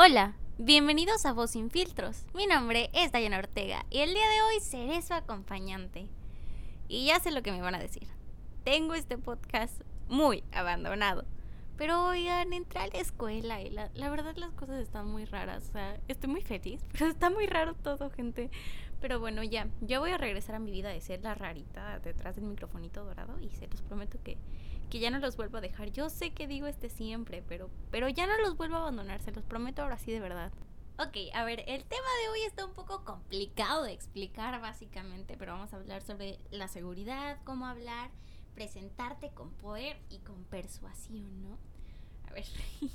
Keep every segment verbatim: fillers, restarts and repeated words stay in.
Hola, bienvenidos a Voz Sin Filtros. Mi nombre es Dayana Ortega y el día de hoy seré su acompañante. Y ya sé lo que me van a decir. Tengo este podcast muy abandonado. Pero oigan, entré a la escuela y la, la verdad las cosas están muy raras. O sea, estoy muy feliz, pero está muy raro todo, gente. Pero bueno, ya, yo voy a regresar a mi vida de ser la rarita detrás del microfonito dorado. Y se los prometo que, que ya no los vuelvo a dejar. Yo sé que digo este siempre, pero, pero ya no los vuelvo a abandonar. Se los prometo ahora sí de verdad. Ok, a ver, el tema de hoy está un poco complicado de explicar básicamente. Pero vamos a hablar sobre la seguridad, cómo hablar, presentarte con poder y con persuasión, ¿no? A ver,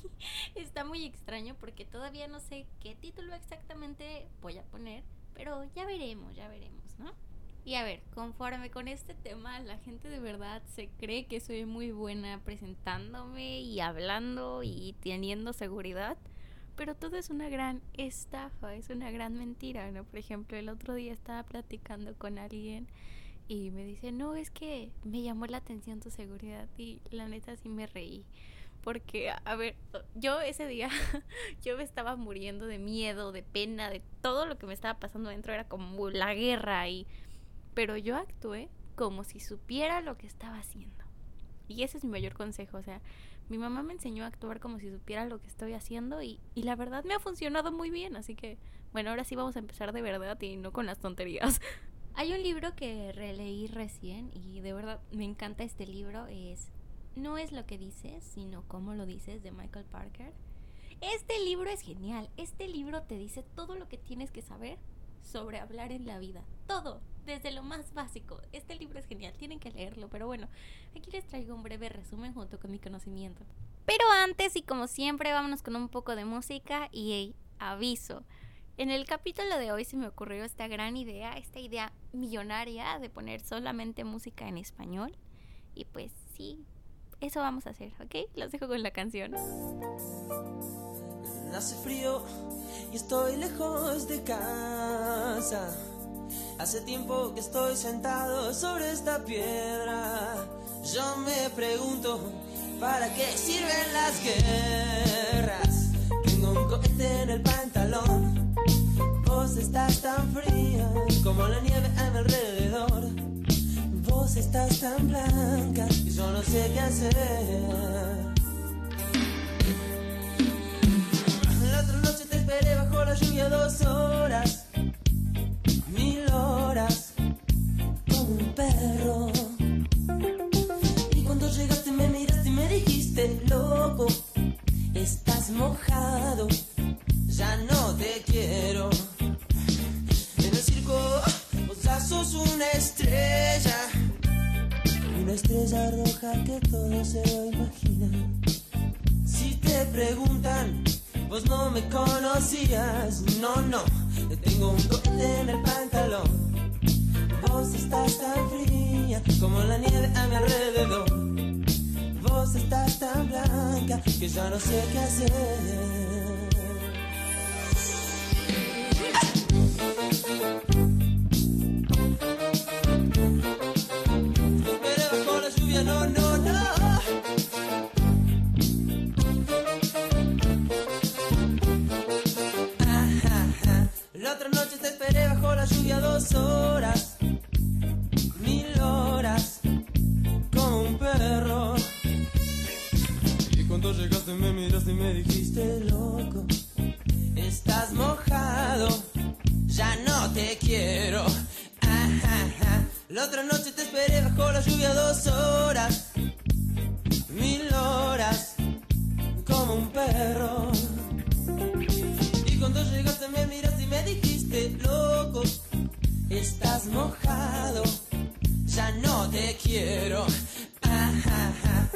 está muy extraño porque todavía no sé qué título exactamente voy a poner, pero ya veremos, ya veremos, ¿no? Y a ver, conforme con este tema, la gente de verdad se cree que soy muy buena presentándome y hablando y teniendo seguridad, pero todo es una gran estafa, es una gran mentira, ¿no? Por ejemplo, el otro día estaba platicando con alguien y me dice, no, es que me llamó la atención tu seguridad, y la neta sí me reí. Porque, a ver, yo ese día, yo me estaba muriendo de miedo, de pena, de todo lo que me estaba pasando dentro, era como la guerra. Y pero yo actué como si supiera lo que estaba haciendo. Y ese es mi mayor consejo, o sea, mi mamá me enseñó a actuar como si supiera lo que estoy haciendo y, y la verdad me ha funcionado muy bien. Así que, bueno, ahora sí vamos a empezar de verdad y no con las tonterías. Hay un libro que releí recién y de verdad me encanta este libro, es No es lo que dices, sino cómo lo dices, de Michael Parker. Este libro es genial. Este libro te dice todo lo que tienes que saber sobre hablar en la vida. Todo, desde lo más básico. Este libro es genial, tienen que leerlo. Pero bueno, aquí les traigo un breve resumen junto con mi conocimiento. Pero antes, y como siempre, vámonos con un poco de música y hey, aviso. En el capítulo de hoy se me ocurrió esta gran idea, esta idea millonaria de poner solamente música en español. Y pues sí, eso vamos a hacer, ¿ok? Los dejo con la canción. Hace frío y estoy lejos de casa. Hace tiempo que estoy sentado sobre esta piedra. Yo me pregunto, ¿para qué sirven las guerras? Tengo un cohete en el pantalón. Vos estás tan fría como la nieve a mi alrededor. Vos estás tan blanca y yo no sé qué hacer. La otra noche te esperé bajo la lluvia dos horas, mil horas, como un perro. Y cuando llegaste me miraste y me dijiste, loco, estás mojado, ya no te quiero. En el circo vos ya sos una estrella, una estrella roja que todo se lo imagina. Si te preguntan, vos no me conocías, no, no, tengo un cohete en el pantalón. Vos estás tan fría como la nieve a mi alrededor. Vos estás tan blanca que ya no sé qué hacer. No, no, no. Ah, ah, ah. La otra noche te esperé bajo la lluvia dos horas, mil horas, como un perro. Y cuando llegaste me miraste y me dijiste, loco, estás mojado, ya no te quiero. Ah, ah, ah. La otra noche te esperé bajo la lluvia dos horas, mil horas, como un perro. Y cuando llegaste me miraste y me dijiste, loco, estás mojado, ya no te quiero. Ah, ah, ah.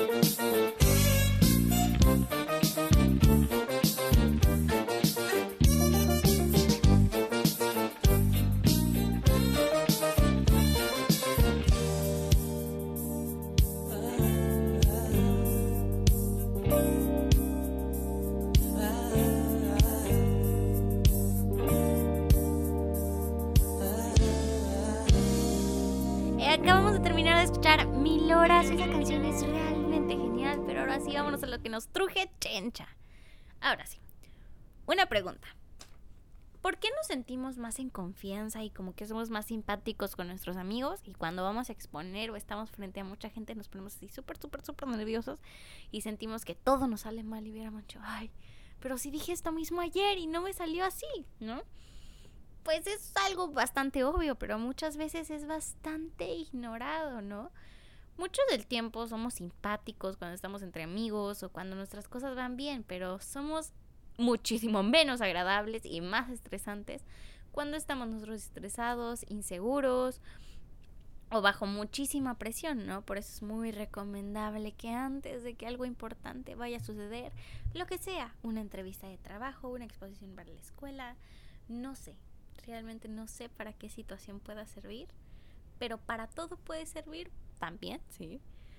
Acabamos de terminar de escuchar Mil Horas. Esa canción es realmente genial, pero ahora sí vámonos a lo que nos truje chencha. Ahora sí, Una pregunta. ¿Por qué nos sentimos más en confianza y como que somos más simpáticos con nuestros amigos? Y cuando vamos a exponer o estamos frente a mucha gente nos ponemos así súper, súper, súper nerviosos y sentimos que todo nos sale mal y hubiéramos dicho, ay, pero si dije esto mismo ayer y no me salió así, ¿no? Pues es algo bastante obvio, pero muchas veces es bastante ignorado, ¿no? Mucho del tiempo somos simpáticos cuando estamos entre amigos o cuando nuestras cosas van bien, pero somos muchísimo menos agradables y más estresantes cuando estamos nosotros estresados, inseguros o bajo muchísima presión, ¿no? Por eso es muy recomendable que antes de que algo importante vaya a suceder, lo que sea, una entrevista de trabajo, una exposición para la escuela, no sé, realmente no sé para qué situación pueda servir, pero para todo puede servir también, sí.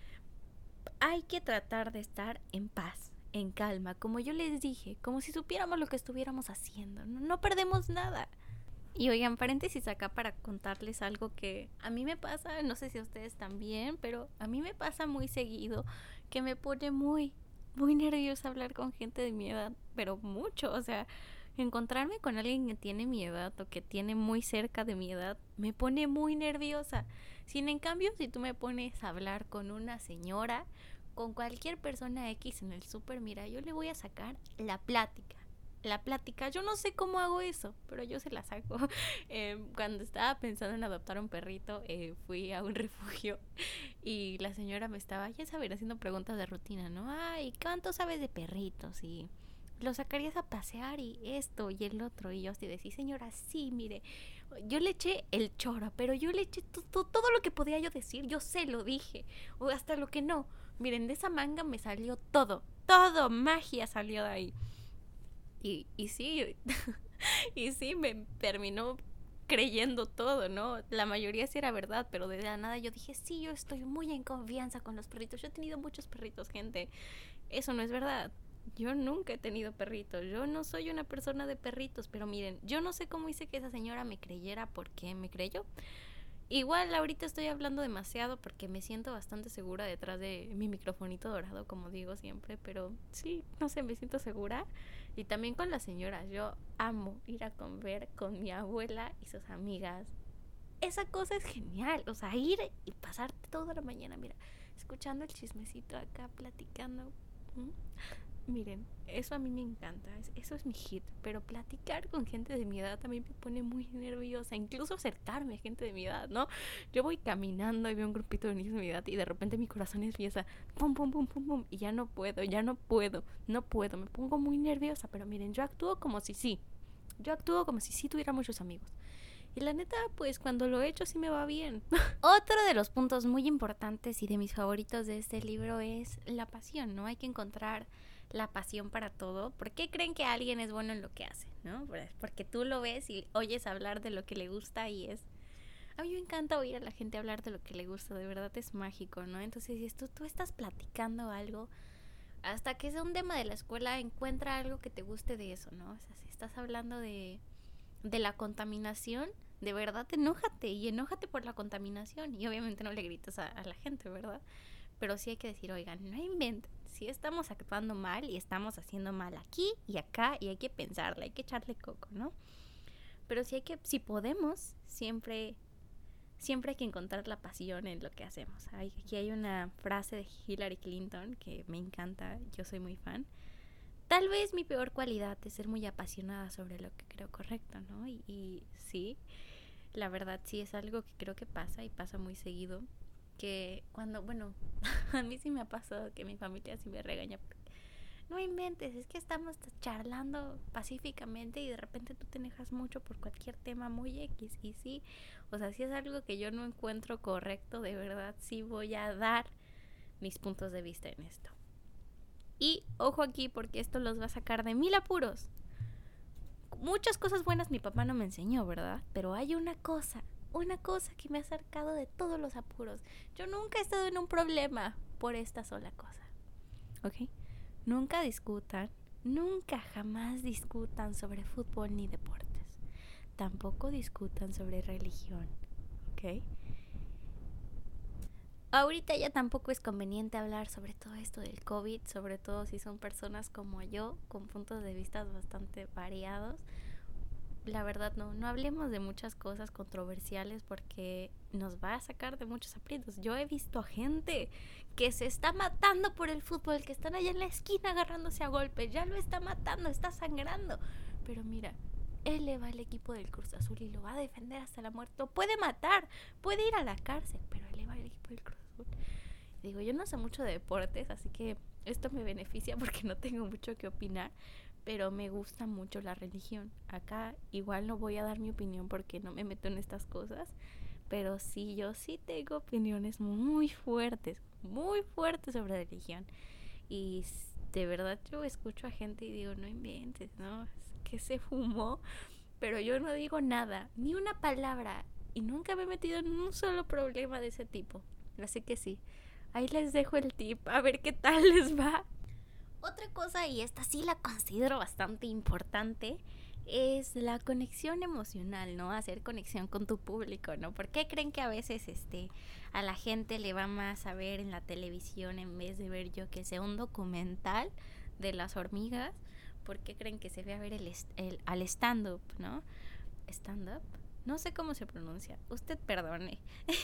Hay que tratar de estar en paz, en calma, como yo les dije, como si supiéramos lo que estuviéramos haciendo, no, no perdemos nada. Y oigan, paréntesis acá para contarles algo que a mí me pasa, no sé si a ustedes también, pero a mí me pasa muy seguido, que me pone muy, muy nerviosa hablar con gente de mi edad, pero mucho, o sea, encontrarme con alguien que tiene mi edad o que tiene muy cerca de mi edad, me pone muy nerviosa. Sin en cambio, si tú me pones a hablar con una señora, con cualquier persona X en el súper, mira, yo le voy a sacar la plática. La plática, yo no sé cómo hago eso, pero yo se la saco. Eh, cuando estaba pensando en adoptar un perrito, eh, fui a un refugio y la señora me estaba, ya saben, haciendo preguntas de rutina, ¿no? Ay, ¿cuánto sabes de perritos? Y lo sacarías a pasear y esto y el otro. Y yo así de, sí señora, sí, mire, yo le eché el choro, pero yo le eché to- to- todo lo que podía yo decir, yo se lo dije, o hasta lo que no. Miren, de esa manga me salió todo, todo, magia salió de ahí. Y, y sí, y sí, me terminó creyendo todo, ¿no? La mayoría sí era verdad, pero de la nada yo dije, sí, yo estoy muy en confianza con los perritos. Yo he tenido muchos perritos, gente. Eso no es verdad. Yo nunca he tenido perritos. Yo no soy una persona de perritos, pero miren, yo no sé cómo hice que esa señora me creyera, porque me creyó. Igual ahorita estoy hablando demasiado porque me siento bastante segura detrás de mi microfonito dorado, como digo siempre, pero sí, no sé, me siento segura. Y también con las señoras, yo amo ir a comer con mi abuela y sus amigas. Esa cosa es genial, o sea, ir y pasarte toda la mañana, mira, escuchando el chismecito acá, platicando. ¿Mm? Miren, eso a mí me encanta, eso es mi hit, pero platicar con gente de mi edad también me pone muy nerviosa, incluso acercarme a gente de mi edad, ¿no? Yo voy caminando y veo un grupito de niños de mi edad y de repente mi corazón empieza pum, pum, pum, pum, pum, y ya no puedo, ya no puedo, no puedo, me pongo muy nerviosa, pero miren, yo actúo como si sí, yo actúo como si sí tuviera muchos amigos. Y la neta, pues cuando lo he hecho sí me va bien. Otro de los puntos muy importantes y de mis favoritos de este libro es la pasión, ¿no? Hay que encontrar la pasión para todo. ¿Por qué creen que alguien es bueno en lo que hace? ¿No? Porque tú lo ves y oyes hablar de lo que le gusta y es... A mí me encanta oír a la gente hablar de lo que le gusta, de verdad es mágico, ¿no? Entonces, si tú, tú estás platicando algo, hasta que sea un tema de la escuela, encuentra algo que te guste de eso, ¿no? O sea, si estás hablando de, de la contaminación, de verdad enójate y enójate por la contaminación. Y obviamente no le grites a, a la gente, ¿verdad? Pero sí hay que decir, oigan, no inventen. Si estamos actuando mal y estamos haciendo mal aquí y acá y hay que pensarle, hay que echarle coco, ¿no? Pero sí hay que, si podemos, siempre, siempre hay que encontrar la pasión en lo que hacemos. Hay, aquí hay una frase de Hillary Clinton que me encanta, yo soy muy fan. Tal vez mi peor cualidad es ser muy apasionada sobre lo que creo correcto, ¿no? Y, y sí, la verdad sí es algo que creo que pasa y pasa muy seguido. Que cuando, bueno, a mí sí me ha pasado que mi familia sí me regaña. No inventes, es que estamos charlando pacíficamente y de repente tú te enojas mucho por cualquier tema muy X. Y sí, o sea, si es algo que yo no encuentro correcto, de verdad sí voy a dar mis puntos de vista en esto. Y ojo aquí porque esto los va a sacar de mil apuros. Muchas cosas buenas mi papá no me enseñó, ¿verdad? Pero hay una cosa, una cosa que me ha sacado de todos los apuros. Yo nunca he estado en un problema por esta sola cosa, ¿ok? Nunca discutan, nunca jamás discutan sobre fútbol ni deportes. Tampoco discutan sobre religión, ¿ok? ahorita ya tampoco es conveniente hablar sobre todo esto del COVID, sobre todo si son personas como yo, con puntos de vista bastante variados. La verdad no, no hablemos de muchas cosas controversiales porque nos va a sacar de muchos aprietos. Yo he visto a gente que se está matando por el fútbol, que están allá en la esquina agarrándose a golpes, ya lo está matando, está sangrando. Pero mira, él le va al equipo del Cruz Azul y lo va a defender hasta la muerte. Lo puede matar, puede ir a la cárcel, pero él le va al equipo del Cruz Azul. Digo, yo no sé mucho de deportes, así que esto me beneficia porque no tengo mucho que opinar. Pero me gusta mucho la religión. Acá igual no voy a dar mi opinión porque no me meto en estas cosas. Pero sí, yo sí tengo opiniones muy fuertes, muy fuertes sobre religión. Y de verdad yo escucho a gente y digo, no inventes, ¿no? Que se fumó. Pero yo no digo nada, ni una palabra. Y nunca me he metido en un solo problema de ese tipo. Así que sí, ahí les dejo el tip, a ver qué tal les va. Otra cosa, y esta sí la considero bastante importante, es la conexión emocional, ¿no? Hacer conexión con tu público, ¿no? ¿Por qué creen que a veces este, a la gente le va más a ver en la televisión en vez de ver yo que sea un documental de las hormigas? ¿Por qué creen que se ve a ver el, el al stand-up, ¿no? ¿Stand-up? No sé cómo se pronuncia, usted perdone.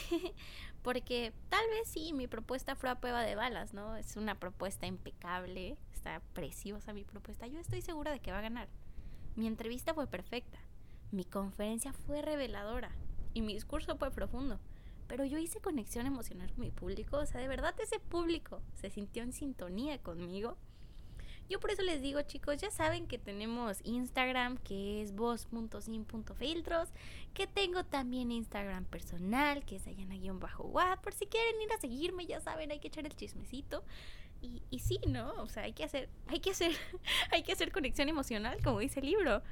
Porque tal vez sí, mi propuesta fue a prueba de balas, ¿no? Es una propuesta impecable, está preciosa mi propuesta. Yo estoy segura de que va a ganar. Mi entrevista fue perfecta, mi conferencia fue reveladora y mi discurso fue profundo. Pero yo hice conexión emocional con mi público, o sea, de verdad ese público se sintió en sintonía conmigo. Yo por eso les digo, chicos, ya saben que tenemos Instagram, que es voz punto sin punto filtros, que tengo también Instagram personal, que es Dayana-Watt, por si quieren ir a seguirme, ya saben, hay que echar el chismecito. Y, y sí, ¿no? O sea, hay que hacer, hay que hacer, hay que hacer conexión emocional, como dice el libro.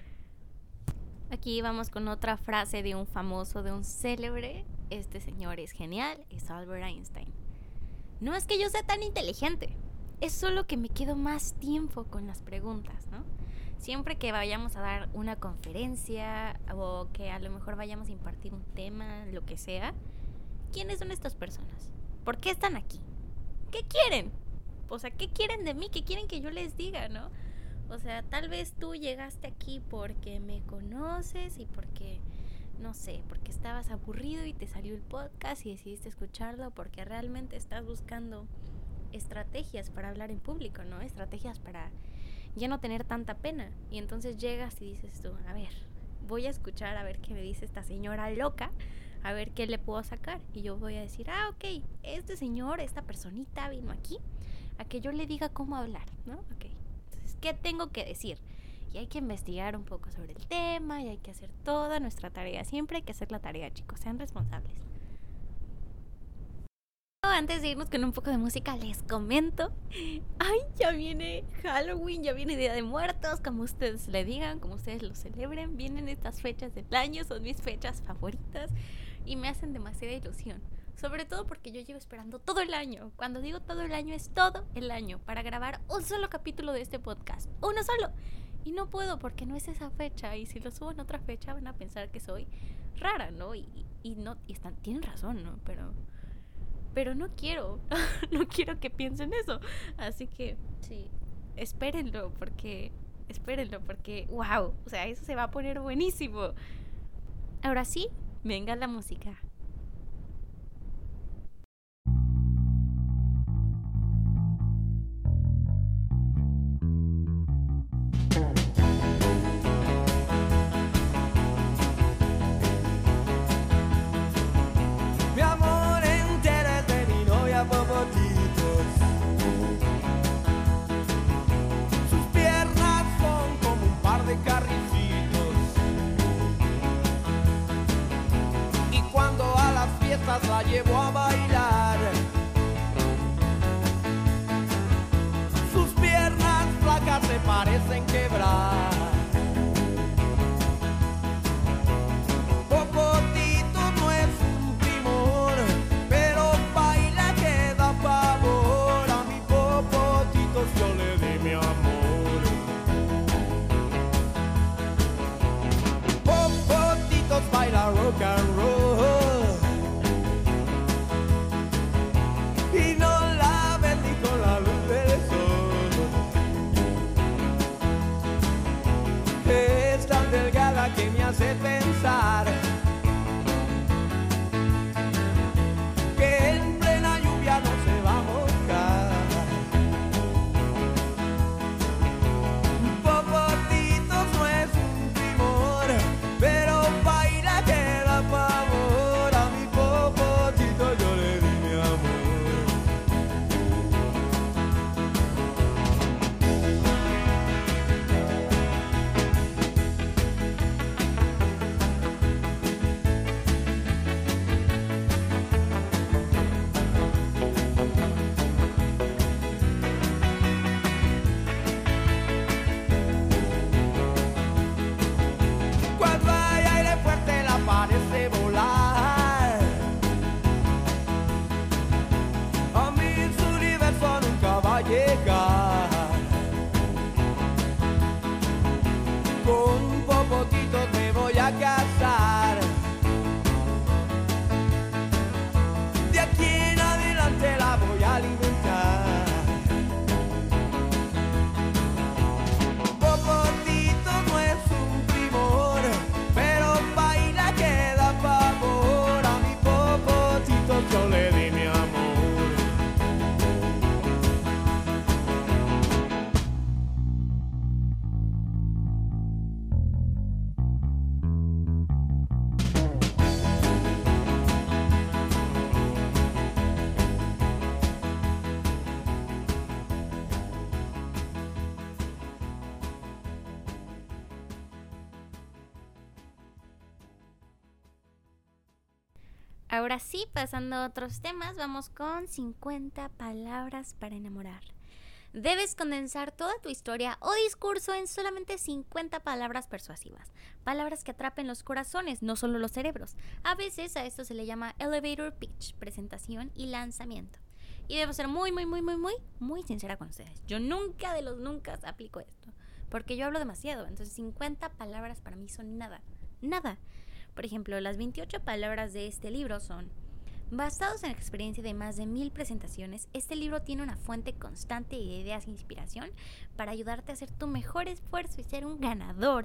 Aquí vamos con otra frase de un famoso, de un célebre. Este señor es genial, es Albert Einstein. No es que yo sea tan inteligente, es solo que me quedo más tiempo con las preguntas, ¿no? Siempre que vayamos a dar una conferencia o que a lo mejor vayamos a impartir un tema, lo que sea, ¿quiénes son estas personas? ¿Por qué están aquí? ¿Qué quieren? O sea, ¿qué quieren de mí? ¿Qué quieren que yo les diga, no? O sea, tal vez tú llegaste aquí porque me conoces y porque, no sé, porque estabas aburrido y te salió el podcast y decidiste escucharlo porque realmente estás buscando estrategias para hablar en público, ¿no? Estrategias para ya no tener tanta pena. Y entonces llegas y dices tú, a ver, voy a escuchar a ver qué me dice esta señora loca, a ver qué le puedo sacar. Y yo voy a decir, ah, ok, este señor, esta personita vino aquí a que yo le diga cómo hablar, ¿no? Ok, entonces, ¿qué tengo que decir? Y hay que investigar un poco sobre el tema y hay que hacer toda nuestra tarea. Siempre hay que hacer la tarea, chicos, sean responsables. Antes de irnos con un poco de música, les comento. Ay, ya viene Halloween, ya viene Día de Muertos, como ustedes le digan, como ustedes lo celebren. Vienen estas fechas del año, son mis fechas favoritas y me hacen demasiada ilusión. Sobre todo porque yo llevo esperando todo el año. Cuando digo todo el año, es todo el año para grabar un solo capítulo de este podcast. Uno solo. Y no puedo porque no es esa fecha. Y si lo subo en otra fecha van a pensar que soy rara, ¿no? Y, y no, y están, tienen razón, ¿no? Pero... Pero no quiero, no quiero que piensen eso. Así que, sí, espérenlo porque, espérenlo porque, wow, o sea, eso se va a poner buenísimo. Ahora sí, venga la música. Cuando hace pensar que en plena lluvia no se va a mojar. Popotitos no es un primor, pero baila que da pavor. A mi popotito yo le di mi amor. Cuando hay aire fuerte la parece volar. A mí su universo nunca va a llegar. Con Popotito te voy a casar. De aquí en adelante la voy a alimentar. Popotito no es un primor, pero baila que da pavor. A mi Popotito yo le di mi amor. Ahora sí, pasando a otros temas, vamos con cincuenta palabras para enamorar. Debes condensar toda tu historia o discurso en solamente cincuenta palabras persuasivas. Palabras que atrapen los corazones, no solo los cerebros. A veces a esto se le llama elevator pitch, presentación y lanzamiento. Y debo ser muy, muy, muy, muy, muy, muy sincera con ustedes. Yo nunca de los nunca aplico esto, porque yo hablo demasiado. Entonces cincuenta palabras para mí son nada, nada. Por ejemplo, las veintiocho palabras de este libro son: basados en la experiencia de más de mil presentaciones, este libro tiene una fuente constante de ideas e inspiración para ayudarte a hacer tu mejor esfuerzo y ser un ganador.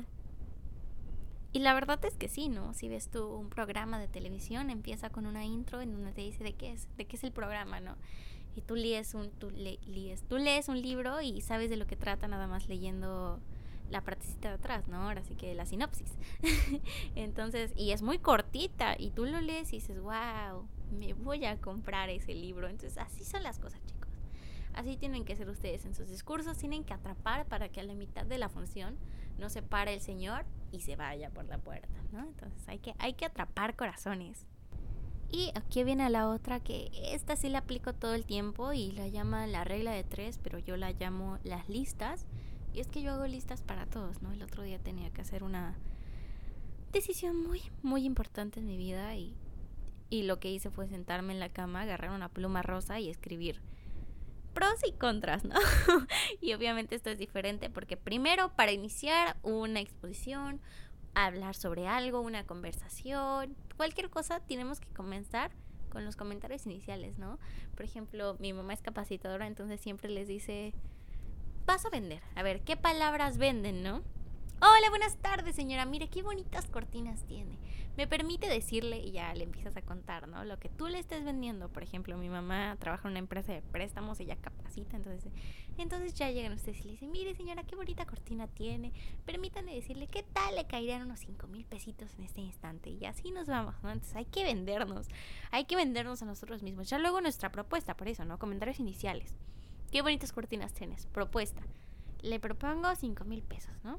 Y la verdad es que sí, ¿no? Si ves tú un programa de televisión, empieza con una intro en donde te dice de qué es, de qué es el programa, ¿no? Y tú lees un, tú le, lees, tú lees un libro y sabes de lo que trata nada más leyendo la partecita de atrás, ¿no? Ahora sí que la sinopsis. Entonces, y es muy cortita y tú lo lees y dices, wow, me voy a comprar ese libro. Entonces, así son las cosas, chicos. Así tienen que ser ustedes en sus discursos. Tienen que atrapar para que a la mitad de la función no se pare el señor y se vaya por la puerta, ¿no? Entonces, hay que, hay que atrapar corazones. Y aquí viene la otra, que esta sí la aplico todo el tiempo y la llaman la regla de tres, pero yo la llamo las listas. Y es que yo hago listas para todos, ¿no? El otro día tenía que hacer una decisión muy, muy importante en mi vida y, y lo que hice fue sentarme en la cama, agarrar una pluma rosa y escribir pros y contras, ¿no? Y obviamente esto es diferente porque primero, para iniciar una exposición, hablar sobre algo, una conversación, cualquier cosa, tenemos que comenzar con los comentarios iniciales, ¿no? Por ejemplo, mi mamá es capacitadora, entonces siempre les dice: vas a vender, a ver, ¿qué palabras venden, no? Hola, buenas tardes, señora, mire qué bonitas cortinas tiene. Me permite decirle, y ya le empiezas a contar, ¿no? Lo que tú le estés vendiendo. Por ejemplo, mi mamá trabaja en una empresa de préstamos, ella capacita, entonces entonces ya llegan ustedes y le dicen: mire, señora, qué bonita cortina tiene. Permítanme decirle qué tal le caerían unos cinco mil pesitos en este instante. Y así nos vamos, ¿no? Entonces hay que vendernos, hay que vendernos a nosotros mismos. Ya luego nuestra propuesta, por eso, ¿no? Comentarios iniciales. Qué bonitas cortinas tienes. Propuesta: le propongo cinco mil pesos, ¿no?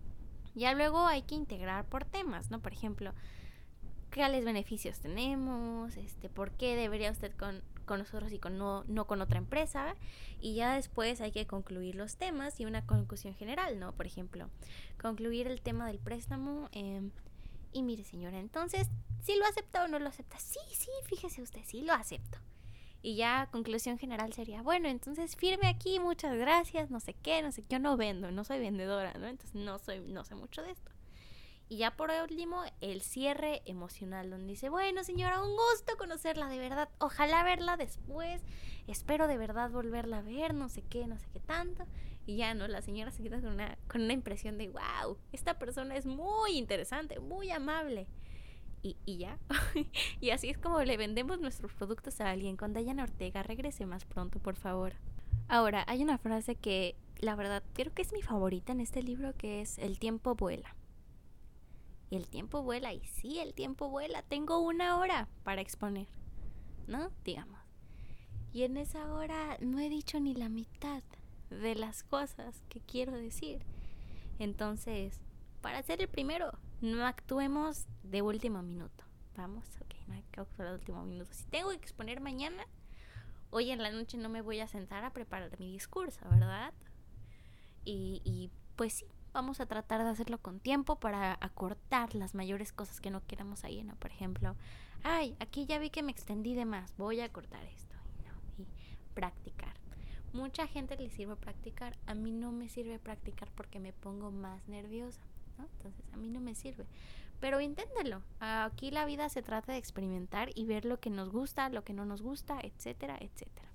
Ya luego hay que integrar por temas, ¿no? Por ejemplo, ¿cuáles beneficios tenemos? Este, ¿por qué debería usted con, con nosotros y con no, no con otra empresa? Y ya después hay que concluir los temas y una conclusión general, ¿no? Por ejemplo, concluir el tema del préstamo. Eh, y mire, señora, entonces, ¿sí lo acepta o no lo acepta? Sí, sí, fíjese usted, sí lo acepto. Y ya conclusión general sería: bueno, entonces firme aquí, muchas gracias, no sé qué, no sé qué. Yo no vendo, no soy vendedora, ¿no? Entonces no soy, no sé mucho de esto. Y ya por último, el cierre emocional, donde dice: bueno, señora, un gusto conocerla, de verdad, ojalá verla después, espero de verdad volverla a ver, no sé qué, no sé qué tanto. Y ya, ¿no? La señora se queda con una, con una impresión de, wow, esta persona es muy interesante, muy amable. Y, y ya. Y así es como le vendemos nuestros productos a alguien. Con Dayana Ortega, regrese más pronto, por favor. Ahora, hay una frase que, la verdad, creo que es mi favorita en este libro, que es: el tiempo vuela. Y el tiempo vuela, y sí, el tiempo vuela. Tengo una hora para exponer, ¿no? Digamos. Y en esa hora no he dicho ni la mitad de las cosas que quiero decir. Entonces, para ser el primero, no actuemos de último minuto. Vamos, ok, no hay que actuar de último minuto. Si tengo que exponer mañana, hoy en la noche no me voy a sentar a preparar mi discurso, ¿verdad? Y, y pues sí, vamos a tratar de hacerlo con tiempo para acortar las mayores cosas que no queramos ahí, ¿no? Por ejemplo, ay, aquí ya vi que me extendí de más, voy a cortar esto, ¿no? Y practicar. Mucha gente le sirve practicar, a mí no me sirve practicar porque me pongo más nerviosa, ¿no? Entonces a mí no me sirve, pero inténtelo. Aquí la vida se trata de experimentar y ver lo que nos gusta, lo que no nos gusta, etcétera, etcétera.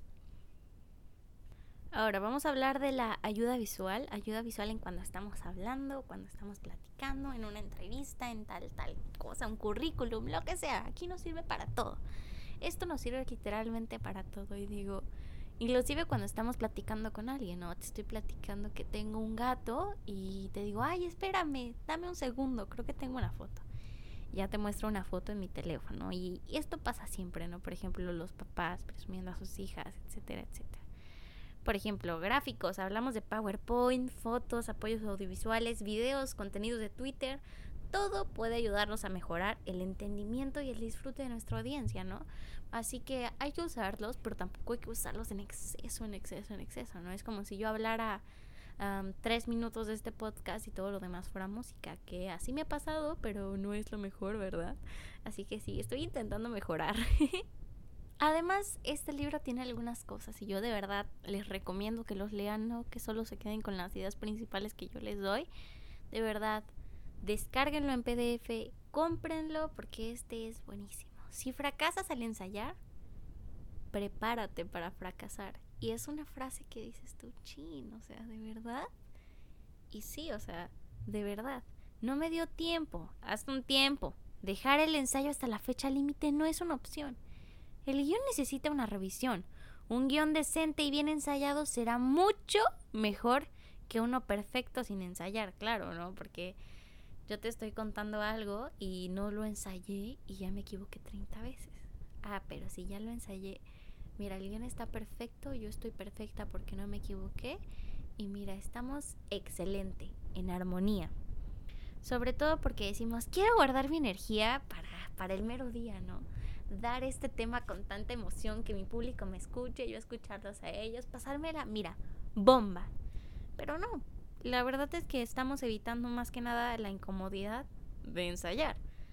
Ahora vamos a hablar de la ayuda visual, ayuda visual en cuando estamos hablando, cuando estamos platicando, en una entrevista, en tal, tal cosa, un currículum, lo que sea. Aquí nos sirve para todo. Esto nos sirve literalmente para todo. Y digo, inclusive cuando estamos platicando con alguien, ¿no? Te estoy platicando que tengo un gato y te digo, ay, espérame, dame un segundo, creo que tengo una foto. Ya te muestro una foto en mi teléfono. Y, y esto pasa siempre, ¿no? Por ejemplo, los papás presumiendo a sus hijas, etcétera, etcétera. Por ejemplo, gráficos, hablamos de PowerPoint, fotos, apoyos audiovisuales, videos, contenidos de Twitter. Todo puede ayudarnos a mejorar el entendimiento y el disfrute de nuestra audiencia, ¿no? Así que hay que usarlos, pero tampoco hay que usarlos en exceso, en exceso, en exceso, ¿no? Es como si yo hablara um, tres minutos de este podcast y todo lo demás fuera música, que así me ha pasado, pero no es lo mejor, ¿verdad? Así que sí, estoy intentando mejorar. Además, este libro tiene algunas cosas y yo de verdad les recomiendo que los lean, no que solo se queden con las ideas principales que yo les doy. De verdad, descárguenlo en P D F, cómprenlo porque este es buenísimo. Si fracasas al ensayar, prepárate para fracasar. Y es una frase que dices tú, chin, o sea, ¿de verdad? Y sí, o sea, de verdad. No me dio tiempo, hasta un tiempo. Dejar el ensayo hasta la fecha límite no es una opción. El guión necesita una revisión. Un guión decente y bien ensayado será mucho mejor que uno perfecto sin ensayar, claro, ¿no? Porque yo te estoy contando algo y no lo ensayé y ya me equivoqué treinta veces. Ah, pero si ya lo ensayé, mira, el guión está perfecto, yo estoy perfecta porque no me equivoqué y mira, estamos excelente, en armonía. Sobre todo porque decimos, quiero guardar mi energía para, para el mero día, ¿no? Dar este tema con tanta emoción, que mi público me escuche, yo escucharlos a ellos, pasármela, mira, bomba. Pero no, la verdad es que estamos evitando más que nada la incomodidad de ensayar.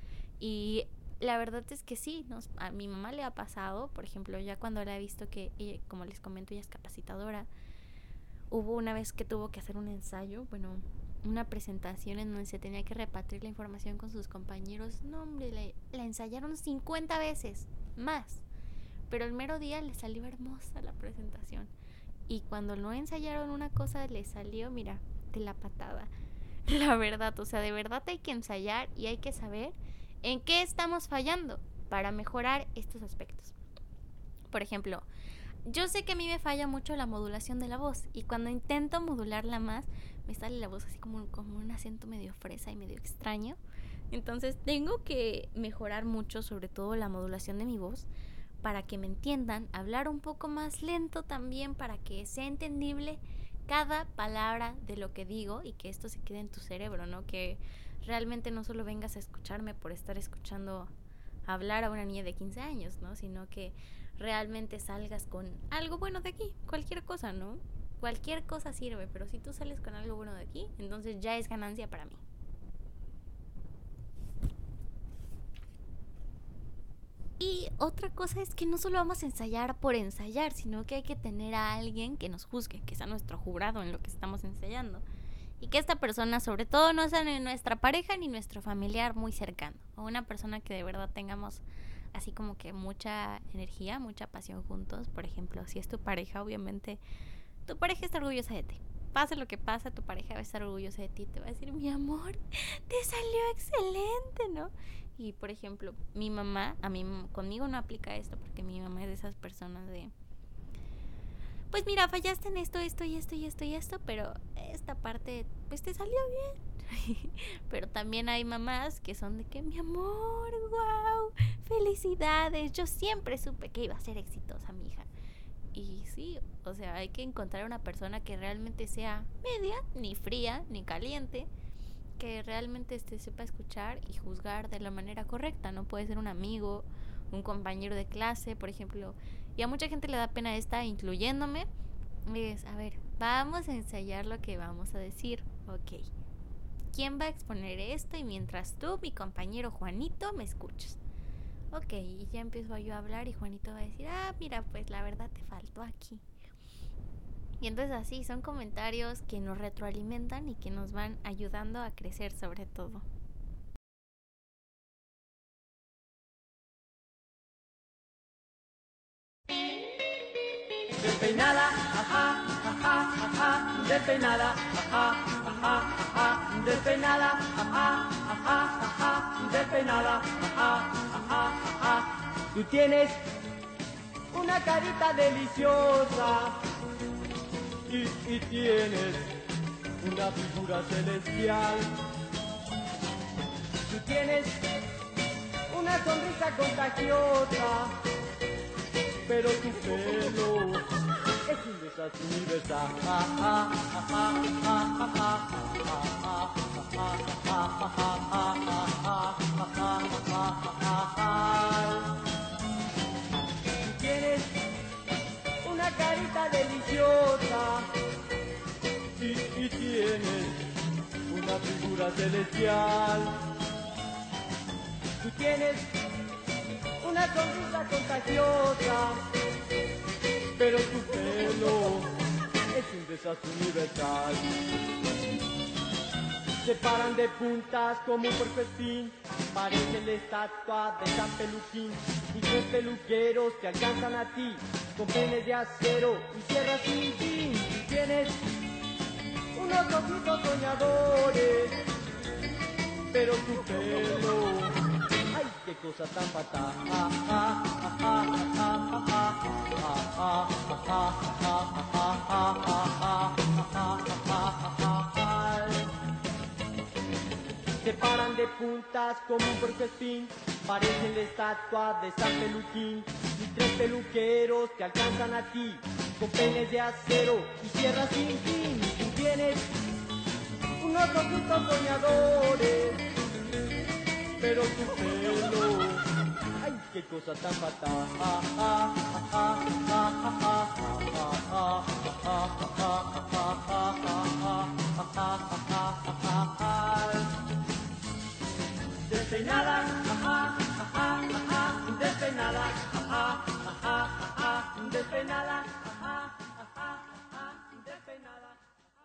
Y la verdad es que sí, nos, a mi mamá le ha pasado, por ejemplo, ya cuando la he visto que, ella, como les comento, ella es capacitadora, hubo una vez que tuvo que hacer un ensayo, bueno, una presentación en donde se tenía que repartir la información con sus compañeros. No, hombre, la, la ensayaron cincuenta veces más, pero el mero día le salió hermosa la presentación. Y cuando no ensayaron una cosa, le salió, mira, de la patada. La verdad, o sea, de verdad hay que ensayar y hay que saber en qué estamos fallando para mejorar estos aspectos. Por ejemplo, yo sé que a mí me falla mucho la modulación de la voz y cuando intento modularla más, me sale la voz así como, como un acento medio fresa y medio extraño. Entonces tengo que mejorar mucho, sobre todo la modulación de mi voz, para que me entiendan, hablar un poco más lento también para que sea entendible cada palabra de lo que digo y que esto se quede en tu cerebro, ¿no? Que realmente no solo vengas a escucharme por estar escuchando hablar a una niña de quince años, ¿no? Sino que realmente salgas con algo bueno de aquí, cualquier cosa, ¿no? Cualquier cosa sirve, pero si tú sales con algo bueno de aquí, entonces ya es ganancia para mí. Y otra cosa es que no solo vamos a ensayar por ensayar, sino que hay que tener a alguien que nos juzgue, que sea nuestro jurado en lo que estamos ensayando. Y que esta persona sobre todo no sea ni nuestra pareja ni nuestro familiar muy cercano, o una persona que de verdad tengamos así como que mucha energía, mucha pasión juntos. Por ejemplo, si es tu pareja, obviamente tu pareja está orgullosa de ti. pase lo que pase, tu pareja va a estar orgullosa de ti, te va a decir, mi amor, te salió excelente, ¿no? Y por ejemplo, mi mamá, a mí conmigo no aplica esto, porque mi mamá es de esas personas de, pues mira, fallaste en esto, esto y esto y esto y esto, pero esta parte, pues te salió bien. Pero también hay mamás que son de que, mi amor, wow, felicidades, yo siempre supe que iba a ser exitosa mi hija. Y sí, o sea, hay que encontrar una persona que realmente sea media, ni fría, ni caliente, que realmente este, sepa escuchar y juzgar de la manera correcta. No puede ser un amigo, un compañero de clase, por ejemplo. Y a mucha gente le da pena esta, incluyéndome. Es, a ver, vamos a ensayar lo que vamos a decir. Ok, ¿quién va a exponer esto? Y mientras tú, mi compañero Juanito, me escuchas. Ok, y ya empiezo yo a hablar y Juanito va a decir, ah, mira, pues la verdad te faltó aquí. Y entonces así, son comentarios que nos retroalimentan y que nos van ayudando a crecer sobre todo. Despeinada, ajá, ajá, ajá, despeinada, ajá, ajá, ajá, despeinada, ajá, ajá, ajá, despeinada, ajá, ajá, ajá. Tú tienes una carita deliciosa y, y tienes una figura celestial. Tú tienes una sonrisa contagiosa, pero tu pelo es un desastre universal. Tú tienes una carita deliciosa y, y tienes una figura celestial. Tú tienes una sonrisa contagiosa, pero tu pelo es un desastre universal. Se paran de puntas como un puercoespín, parece la estatua de San Peluquín. Y tres peluqueros te alcanzan a ti, con penes de acero y sierras sin fin. Y tienes unos ojitos soñadores, pero tu pelo, ay, qué cosa tan fatal. Se paran de puntas como un puercoespín, parecen la estatua de San Peluquín. Y tres peluqueros te alcanzan a ti, con penes de acero y sierras sin fin. Tú tienes unos ojitos soñadores, pero tu pelo, ay, qué cosa tan fatal. Despeinada, ajá, ajá, ajá, despeinada, ajá, ajá, ajá, despeinada, ajá, ajá, ajá, despeinada.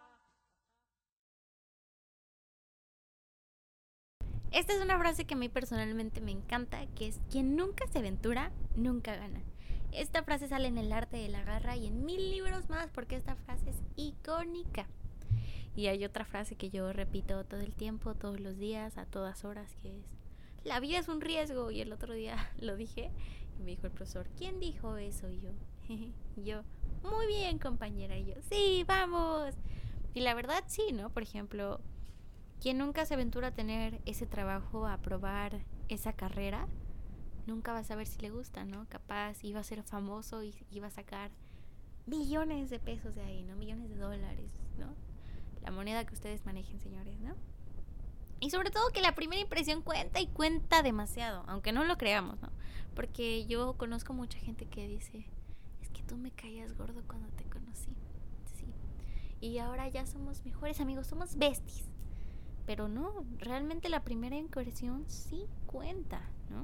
Esta es una frase que a mí personalmente me encanta, que es, quien nunca se aventura, nunca gana. Esta frase sale en El arte de la garra y en mil libros más, porque esta frase es icónica. Y hay otra frase que yo repito todo el tiempo, todos los días, a todas horas, que es, la vida es un riesgo. Y el otro día lo dije y me dijo el profesor, ¿quién dijo eso? Y yo, y yo, muy bien, compañera. Y yo, sí, vamos. Y la verdad sí, ¿no? Por ejemplo, quien nunca se aventura a tener ese trabajo, a probar esa carrera, nunca va a saber si le gusta, ¿no? Capaz iba a ser famoso y iba a sacar millones de pesos de ahí, ¿no? Millones de dólares, ¿no? La moneda que ustedes manejen, señores, ¿no? Y sobre todo que la primera impresión cuenta y cuenta demasiado, aunque no lo creamos, ¿no? Porque yo conozco mucha gente que dice, es que tú me caías gordo cuando te conocí, sí. Y ahora ya somos mejores amigos, somos besties. Pero no, realmente la primera impresión sí cuenta, ¿no?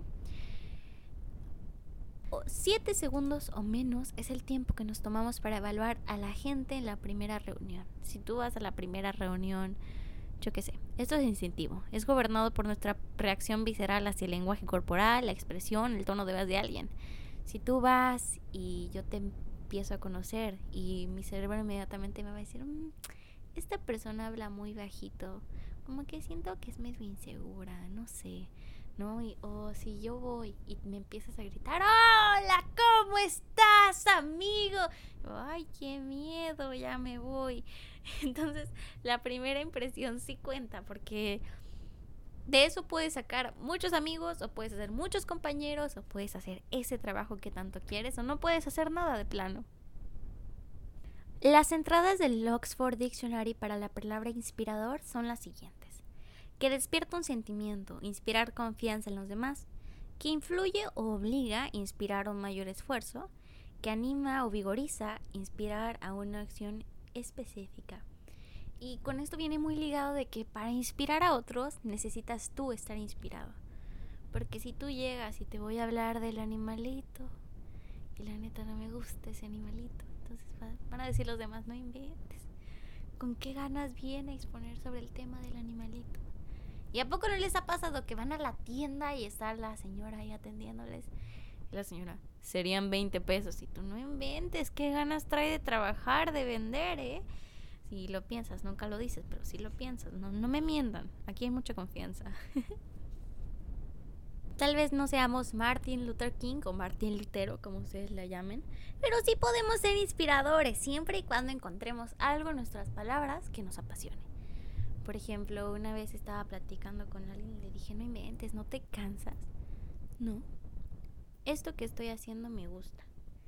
Siete segundos o menos es el tiempo que nos tomamos para evaluar a la gente en la primera reunión. Si tú vas a la primera reunión, yo qué sé, esto es instintivo, es gobernado por nuestra reacción visceral hacia el lenguaje corporal, la expresión, el tono de voz de alguien. Si tú vas y yo te empiezo a conocer y mi cerebro inmediatamente me va a decir, mmm, esta persona habla muy bajito, como que siento que es medio insegura, no sé, ¿no? Y, o si yo voy y me empiezas a gritar, hola, ¿cómo estás, amigo? Ay, qué miedo, ya me voy. Entonces, la primera impresión sí cuenta, porque de eso puedes sacar muchos amigos, o puedes hacer muchos compañeros, o puedes hacer ese trabajo que tanto quieres, o no puedes hacer nada de plano. Las entradas del Oxford Dictionary para la palabra inspirador son las siguientes: que despierta un sentimiento, inspirar confianza en los demás, que influye o obliga a inspirar un mayor esfuerzo, que anima o vigoriza, inspirar a una acción específica. Y con esto viene muy ligado de que para inspirar a otros necesitas tú estar inspirado. Porque si tú llegas y te voy a hablar del animalito y la neta no me gusta ese animalito, entonces van a decir los demás, no inventes, ¿con qué ganas viene a exponer sobre el tema del animalito? ¿Y a poco no les ha pasado que van a la tienda y está la señora ahí atendiéndoles? Y la señora, serían veinte pesos. Y tú, no inventes, ¿qué ganas trae de trabajar, de vender, eh? Si lo piensas, nunca lo dices, pero si lo piensas, no, no me mientan, aquí hay mucha confianza. Tal vez no seamos Martin Luther King o Martín Lutero, como ustedes la llamen, pero sí podemos ser inspiradores siempre y cuando encontremos algo en nuestras palabras que nos apasione. Por ejemplo, una vez estaba platicando con alguien y le dije, no inventes, ¿no te cansas? No, esto que estoy haciendo me gusta.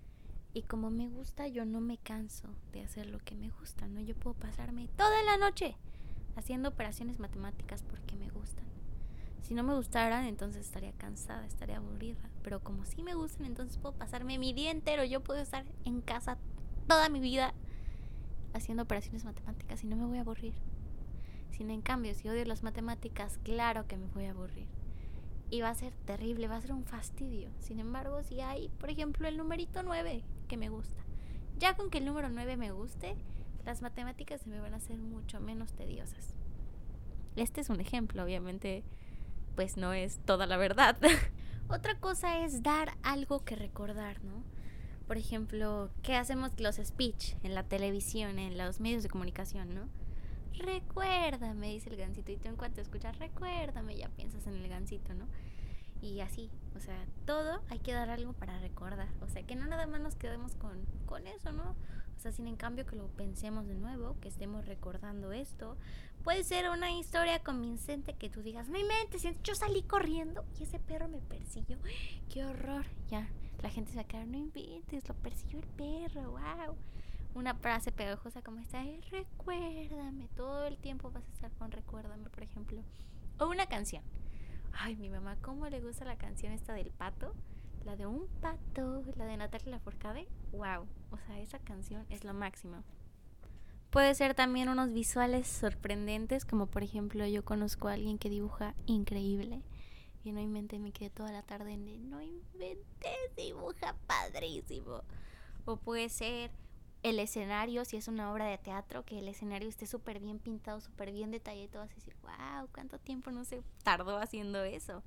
Y como me gusta, yo no me canso de hacer lo que me gusta, ¿no? Yo puedo pasarme toda la noche haciendo operaciones matemáticas porque me gustan. Si no me gustaran, entonces estaría cansada, estaría aburrida. Pero como sí me gustan, entonces puedo pasarme mi día entero. Yo puedo estar en casa toda mi vida haciendo operaciones matemáticas y no me voy a aburrir. Sino en cambio, si odio las matemáticas, claro que me voy a aburrir. Y va a ser terrible, va a ser un fastidio. Sin embargo, si hay, por ejemplo, el numerito nueve que me gusta, ya con que el número nueve me guste, las matemáticas se me van a hacer mucho menos tediosas. Este es un ejemplo, obviamente, pues no es toda la verdad. Otra cosa es dar algo que recordar, ¿no? Por ejemplo, ¿qué hacemos los speech en la televisión, en los medios de comunicación, ¿no? Recuérdame, dice el gansito, y tú en cuanto escuchas recuérdame, ya piensas en el gansito, ¿no? Y así, o sea, todo hay que dar algo para recordar. O sea, que no nada más nos quedemos con, con eso, ¿no? O sea, sin en cambio que lo pensemos de nuevo, que estemos recordando esto. Puede ser una historia convincente que tú digas, no inventes, yo salí corriendo y ese perro me persiguió. ¡Qué horror! Ya, la gente se va a quedar, no inventes, lo persiguió el perro, wow. Una frase pegajosa como esta, eh, recuérdame, todo el tiempo vas a estar con recuérdame, por ejemplo. O una canción. Ay, mi mamá, ¿cómo le gusta la canción esta del pato? La de un pato, la de Natalia Lafourcade. Wow, o sea, esa canción es lo máximo. Puede ser también unos visuales sorprendentes, como por ejemplo, yo conozco a alguien que dibuja increíble. Y no inventé, me quedé toda la tarde en, no inventé, dibuja padrísimo. O puede ser el escenario, si es una obra de teatro, que el escenario esté súper bien pintado, súper bien detallado y todo así, decir, wow, cuánto tiempo no se tardó haciendo eso.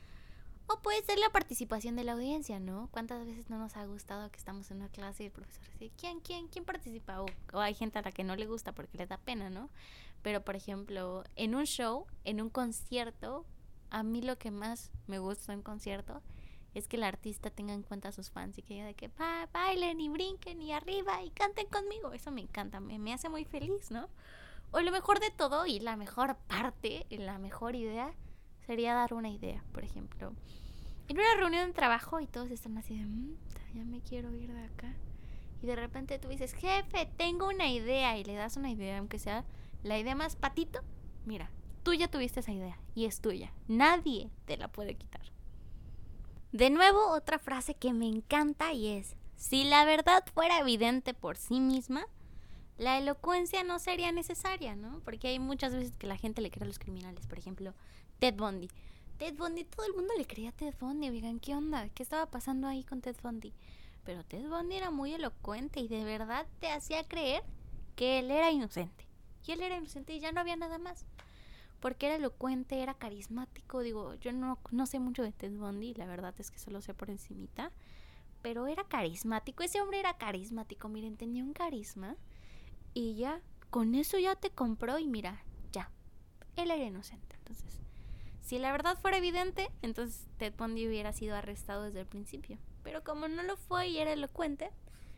O puede ser la participación de la audiencia, ¿no? ¿Cuántas veces no nos ha gustado que estamos en una clase y el profesor dice, ¿quién, quién, quién participa? O, o hay gente a la que no le gusta porque le da pena, ¿no? Pero, por ejemplo, en un show, en un concierto, a mí lo que más me gusta en un concierto es que el artista tenga en cuenta a sus fans y que diga de que ba- bailen y brinquen y arriba y canten conmigo. Eso me encanta, me, me hace muy feliz, ¿no? O lo mejor de todo y la mejor parte, la mejor idea, sería dar una idea. Por ejemplo, en una reunión de trabajo y todos están así de, mmm, ya me quiero ir de acá. Y de repente tú dices, jefe, tengo una idea, y le das una idea, aunque sea la idea más patito. Mira, tú ya tuviste esa idea y es tuya. Nadie te la puede quitar. De nuevo, otra frase que me encanta y es, si la verdad fuera evidente por sí misma, la elocuencia no sería necesaria, ¿no? Porque hay muchas veces que la gente le cree a los criminales. Por ejemplo, Ted Bundy. Ted Bundy, todo el mundo le creía a Ted Bundy. Oigan, ¿qué onda? ¿Qué estaba pasando ahí con Ted Bundy? Pero Ted Bundy era muy elocuente y de verdad te hacía creer que él era inocente. Y él era inocente y ya no había nada más. Porque era elocuente, era carismático. Digo, yo no, no sé mucho de Ted Bundy, la verdad es que solo sé por encimita. Pero era carismático, ese hombre era carismático. Miren, tenía un carisma. Y ya, con eso ya te compró y mira, ya, él era inocente. Entonces, si la verdad fuera evidente, entonces Ted Bundy hubiera sido arrestado desde el principio. Pero como no lo fue y era elocuente,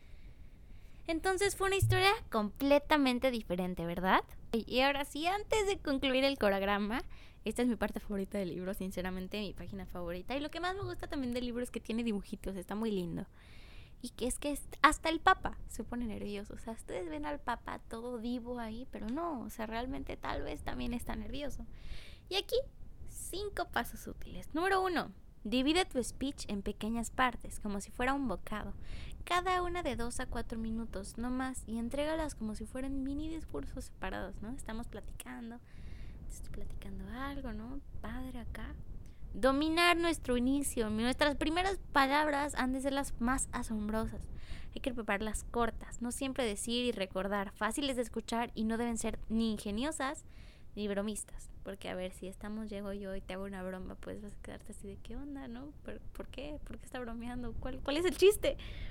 entonces fue una historia completamente diferente, ¿verdad? Y ahora sí, antes de concluir el corograma, esta es mi parte favorita del libro, sinceramente, mi página favorita. Y lo que más me gusta también del libro es que tiene dibujitos, está muy lindo. Y que es que hasta el Papa se pone nervioso. O sea, ustedes ven al Papa todo divo ahí, pero no, o sea, realmente tal vez también está nervioso. Y aquí, cinco pasos útiles. Número uno, divide tu speech en pequeñas partes, como si fuera un bocado. Cada una de dos a cuatro minutos, no más, y entrégalas como si fueran mini discursos separados, ¿no? Estamos platicando, te estoy platicando algo, ¿no? Padre acá. Dominar nuestro inicio, nuestras primeras palabras han de ser las más asombrosas. Hay que prepararlas cortas, no siempre decir y recordar, fáciles de escuchar y no deben ser ni ingeniosas ni bromistas. Porque a ver, si estamos, llego yo y te hago una broma, pues vas a quedarte así de ¿qué onda, no? ¿Por, ¿por qué? ¿Por qué está bromeando? ¿Cuál, cuál es el chiste?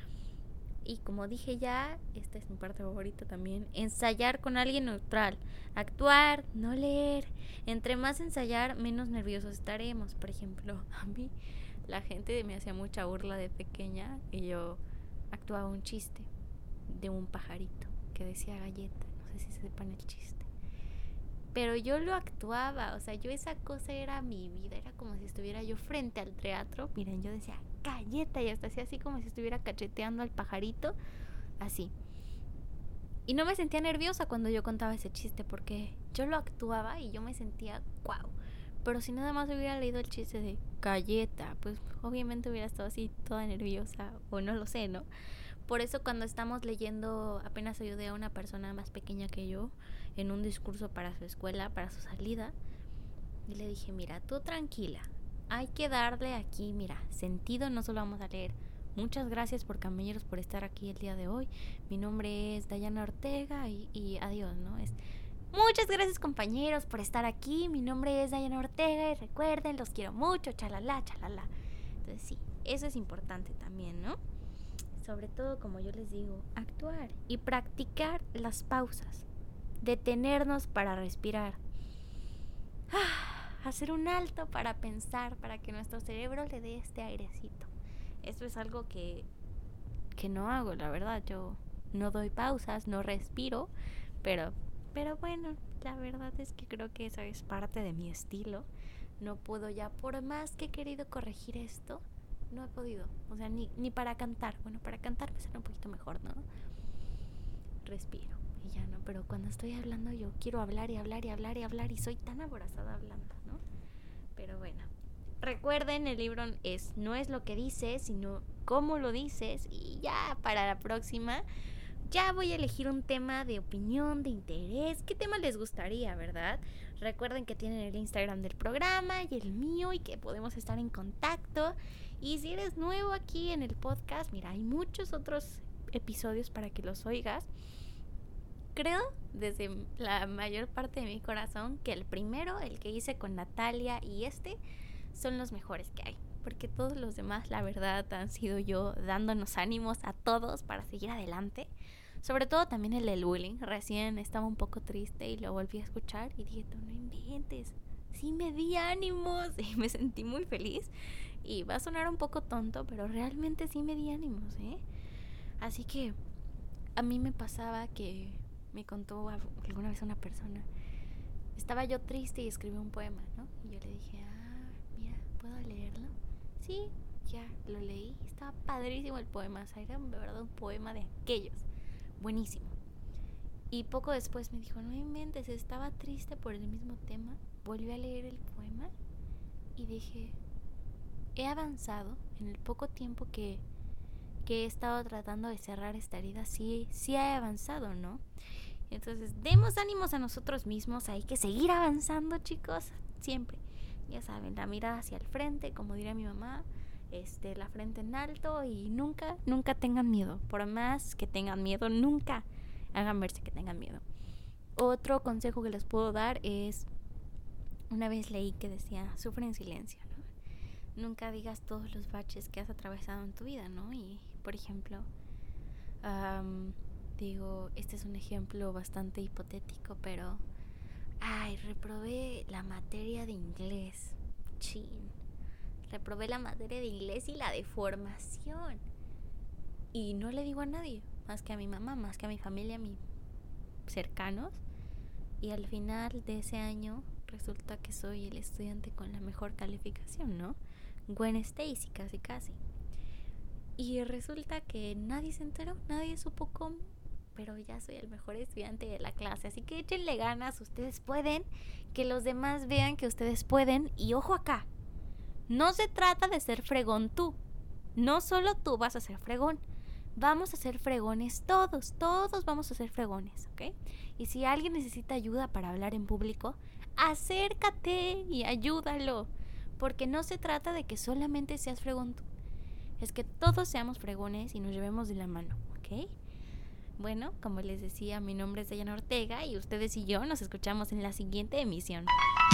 Y como dije ya, esta es mi parte favorita también, ensayar con alguien neutral, actuar, no leer. Entre más ensayar, menos nerviosos estaremos. Por ejemplo, a mí la gente me hacía mucha burla de pequeña y yo actuaba un chiste de un pajarito que decía galleta, no sé si sepan el chiste. Pero yo lo actuaba, o sea, yo esa cosa era mi vida, era como si estuviera yo frente al teatro. Miren, yo decía galleta y hasta hacía así como si estuviera cacheteando al pajarito, así. Y no me sentía nerviosa cuando yo contaba ese chiste porque yo lo actuaba y yo me sentía guau. Pero si nada más hubiera leído el chiste de galleta, pues obviamente hubiera estado así toda nerviosa o no lo sé, ¿no? Por eso cuando estamos leyendo, apenas ayudé a una persona más pequeña que yo en un discurso para su escuela, para su salida, y le dije, mira, tú tranquila, hay que darle aquí, mira, sentido, no solo vamos a leer. Muchas gracias por camelleros por estar aquí el día de hoy. Mi nombre es Dayana Ortega y, y adiós, ¿no? Es muchas gracias compañeros por estar aquí. Mi nombre es Dayana Ortega y recuerden, los quiero mucho, chalala, chalala. Entonces sí, eso es importante también, ¿no? Sobre todo, como yo les digo, actuar y practicar las pausas, detenernos para respirar, ah, hacer un alto para pensar, para que nuestro cerebro le dé este airecito. Esto es algo que, que no hago, la verdad. Yo no doy pausas, no respiro, pero, pero bueno, la verdad es que creo que eso es parte de mi estilo. No puedo ya, por más que he querido corregir esto, no he podido, o sea, ni, ni para cantar. Bueno, para cantar me sale un poquito mejor, ¿no? Respiro y ya no, pero cuando estoy hablando yo quiero hablar y hablar y hablar y hablar y soy tan aborazada hablando, ¿no? Pero bueno, recuerden, el libro es no es lo que dices, sino cómo lo dices. Y ya para la próxima ya voy a elegir un tema de opinión, de interés. ¿Qué tema les gustaría, verdad? Recuerden que tienen el Instagram del programa y el mío y que podemos estar en contacto. Y si eres nuevo aquí en el podcast, mira, hay muchos otros episodios para que los oigas. Creo, desde la mayor parte de mi corazón, que el primero, el que hice con Natalia y este, son los mejores que hay. Porque todos los demás, la verdad, han sido yo dándonos ánimos a todos para seguir adelante. Sobre todo también el del bullying. Recién estaba un poco triste y lo volví a escuchar y dije, tú no inventes. Sí me di ánimos y me sentí muy feliz. Y va a sonar un poco tonto, pero realmente sí me di ánimos, ¿eh? Así que a mí me pasaba que me contó alguna vez una persona. Estaba yo triste y escribí un poema, ¿no? Y yo le dije, ah, mira, ¿puedo leerlo? Sí, ya, lo leí. Estaba padrísimo el poema. O sea, era de verdad un poema de aquellos. Buenísimo. Y poco después me dijo, no inventes, estaba triste por el mismo tema. Volví a leer el poema y dije, he avanzado en el poco tiempo que, que he estado tratando de cerrar esta herida. Sí, sí he avanzado, ¿no? Entonces, demos ánimos a nosotros mismos. Hay que seguir avanzando, chicos. Siempre. Ya saben, la mirada hacia el frente, como diría mi mamá. Este, la frente en alto. Y nunca, nunca tengan miedo. Por más que tengan miedo, nunca hagan verse que tengan miedo. Otro consejo que les puedo dar es, una vez leí que decía, sufre en silencio, ¿no? Nunca digas todos los baches que has atravesado en tu vida, ¿no? Y, por ejemplo, um, Digo, este es un ejemplo bastante hipotético, pero... Ay, reprobé la materia de inglés. Chin. Reprobé la materia de inglés y la de formación. Y no le digo a nadie, más que a mi mamá, más que a mi familia, a mis cercanos. Y al final de ese año resulta que soy el estudiante con la mejor calificación, ¿no? Gwen Stacy, casi casi. Y resulta que nadie se enteró, nadie supo cómo, pero ya soy el mejor estudiante de la clase. Así que échenle ganas, ustedes pueden, que los demás vean que ustedes pueden. Y ojo acá, no se trata de ser fregón tú, no solo tú vas a ser fregón. Vamos a ser fregones todos, todos vamos a ser fregones, ¿ok? Y si alguien necesita ayuda para hablar en público, acércate y ayúdalo. Porque no se trata de que solamente seas fregón tú. Es que todos seamos fregones y nos llevemos de la mano, ¿ok? Bueno, como les decía, mi nombre es Dayana Ortega y ustedes y yo nos escuchamos en la siguiente emisión.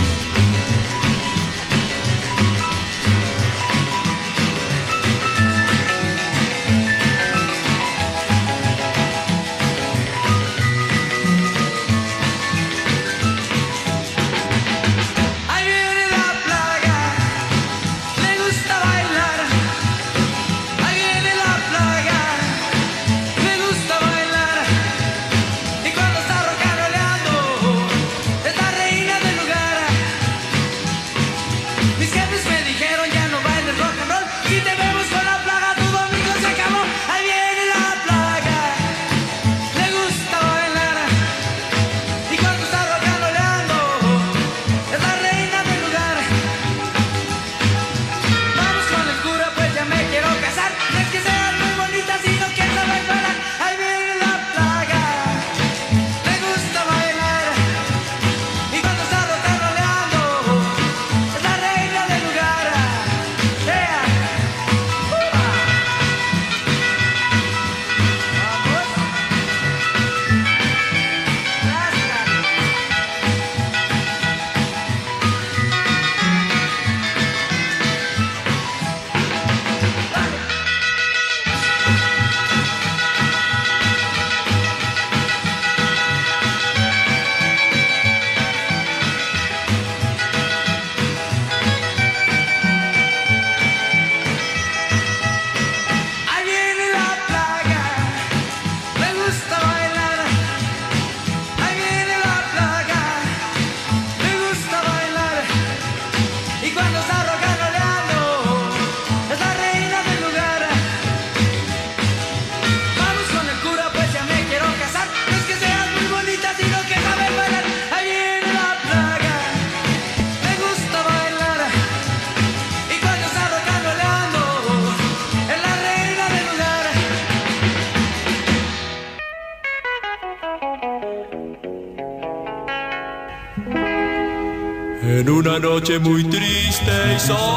En una noche muy triste y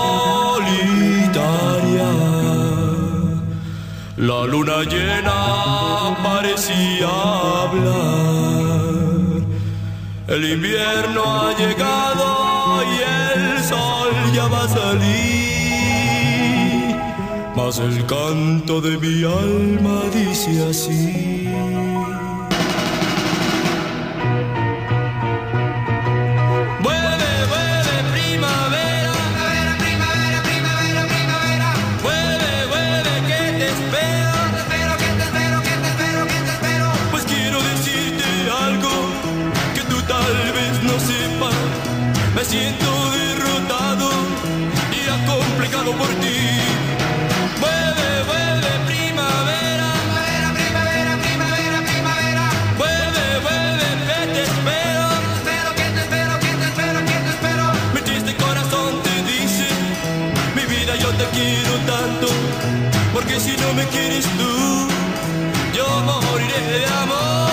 solitaria, la luna llena parecía hablar. El invierno ha llegado y el sol ya va a salir, mas el canto de mi alma dice así. Me siento derrotado y acomplejado por ti. Vuelve, vuelve, primavera. Primavera, primavera, primavera, primavera. Vuelve, vuelve, que te espero. Espero, que te espero, que te espero, que te espero. Mi triste corazón te dice, mi vida yo te quiero tanto, porque si no me quieres tú, yo moriré de amor.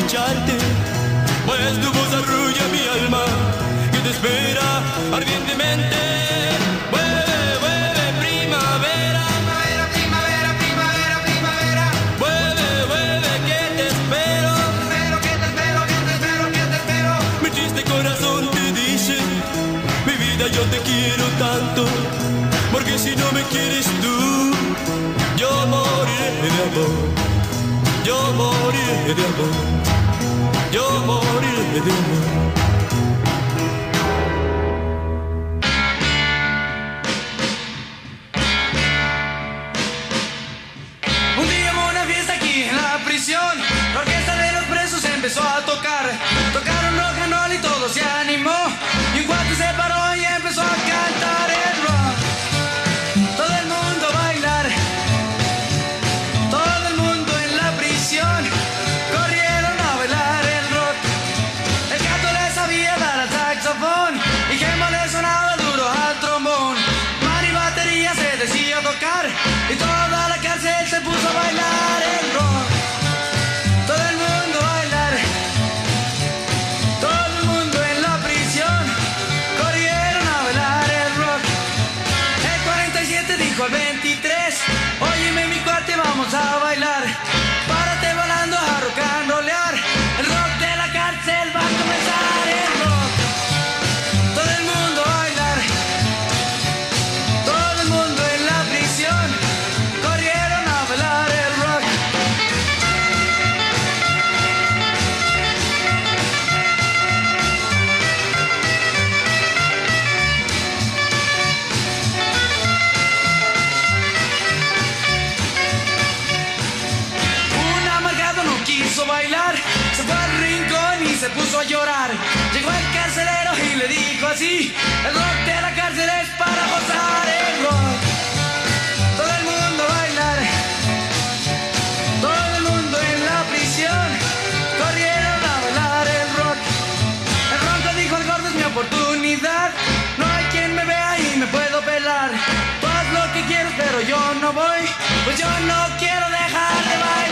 escucharte, pues tu voz arrulla mi alma que te espera ardientemente. Vuelve, vuelve, primavera, primavera, primavera, primavera, primavera. Vuelve, vuelve, que te espero, espero, que te espero, que te espero, que te espero. Mi triste corazón te dice, mi vida, yo te quiero tanto, porque si no me quieres tú, yo moriré de amor, yo moriré de amor, yo moriré de amor. Un día hubo una fiesta aquí en la prisión, la orquesta de los presos empezó a tocar, tocaron rock and roll y todo se animó, y un cuate se paró y empezó a cantar el rock. Todo el mundo a bailar, todo el mundo en la prisión corrieron a bailar el rock. El gato le sabía dar al saxofón y Gemma le sonaba duro al trombón. Mani batería se decía tocar y toda la cárcel se puso a bailar el rock. Todo el mundo a bailar, todo el mundo en la prisión corrieron a bailar el rock. El cuarenta y siete dijo al veintitrés, óyeme mi cuate, vamos a bailar. Párate volando a rock and rollear, el rock de la cárcel va a comenzar el rock. Todo el mundo a bailar, todo el mundo en la prisión corrieron a bailar el rock. Un amargado no quiso bailar, se fue al rincón y se puso a llorar. Llegó el carcelero y le dijo así, el rock de la cárcel es para gozar el rock. Todo el mundo a bailar, todo el mundo en la prisión corrieron a bailar el rock. El ronco dijo, el gordo es mi oportunidad, no hay quien me vea y me puedo pelar. Tú haz lo que quieres pero yo no voy, pues yo no quiero dejar de bailar.